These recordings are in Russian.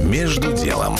«Между делом»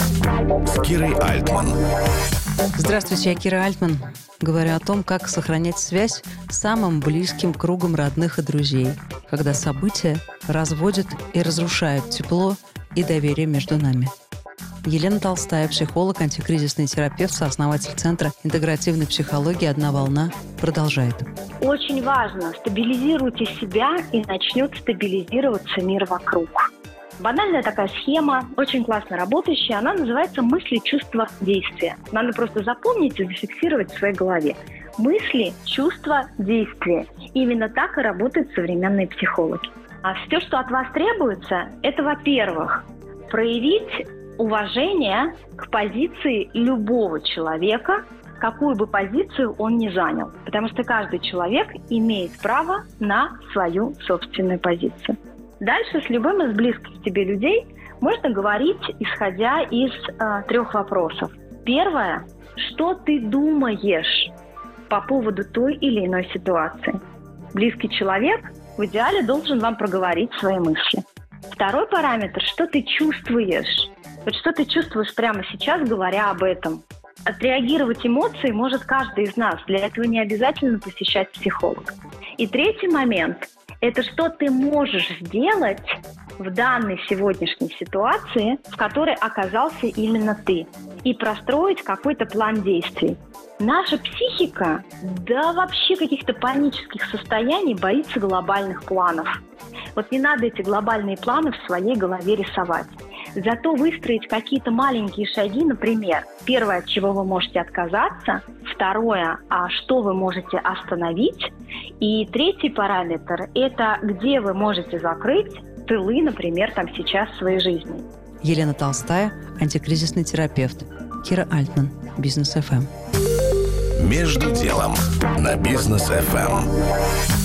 с Кирой Альтман. Здравствуйте, я Кира Альтман. Говорю о том, как сохранять связь с самым близким кругом родных и друзей, когда события разводят и разрушают тепло и доверие между нами. Елена Толстая, психолог, антикризисный терапевт, сооснователь Центра интегративной психологии «Одна волна», продолжает. Очень важно, стабилизируйте себя, и начнет стабилизироваться мир вокруг. Банальная такая схема, очень классно работающая, она называется «мысли, чувства, действия». Надо просто запомнить и зафиксировать в своей голове. Мысли, чувства, действия. Именно так и работают современные психологи. А все, что от вас требуется, это, во-первых, проявить уважение к позиции любого человека, какую бы позицию он ни занял. Потому что каждый человек имеет право на свою собственную позицию. Дальше с любым из близких тебе людей можно говорить, исходя из 3 вопросов. Первое. Что ты думаешь по поводу той или иной ситуации? Близкий человек в идеале должен вам проговорить свои мысли. Второй параметр. Что ты чувствуешь? Вот что ты чувствуешь прямо сейчас, говоря об этом? Отреагировать эмоции может каждый из нас. Для этого не обязательно посещать психолога. И третий момент – это что ты можешь сделать в данной сегодняшней ситуации, в которой оказался именно ты, и простроить какой-то план действий. Наша психика, да вообще каких-то панических состояний, боится глобальных планов. Вот не надо эти глобальные планы в своей голове рисовать. Зато выстроить какие-то маленькие шаги, например, первое, от чего вы можете отказаться, второе, а что вы можете остановить, и третий параметр – это где вы можете закрыть тылы, например, там сейчас в своей жизни. Елена Толстая, антикризисный терапевт. Кира Альтман, Бизнес ФМ. «Между делом» на Бизнес ФМ.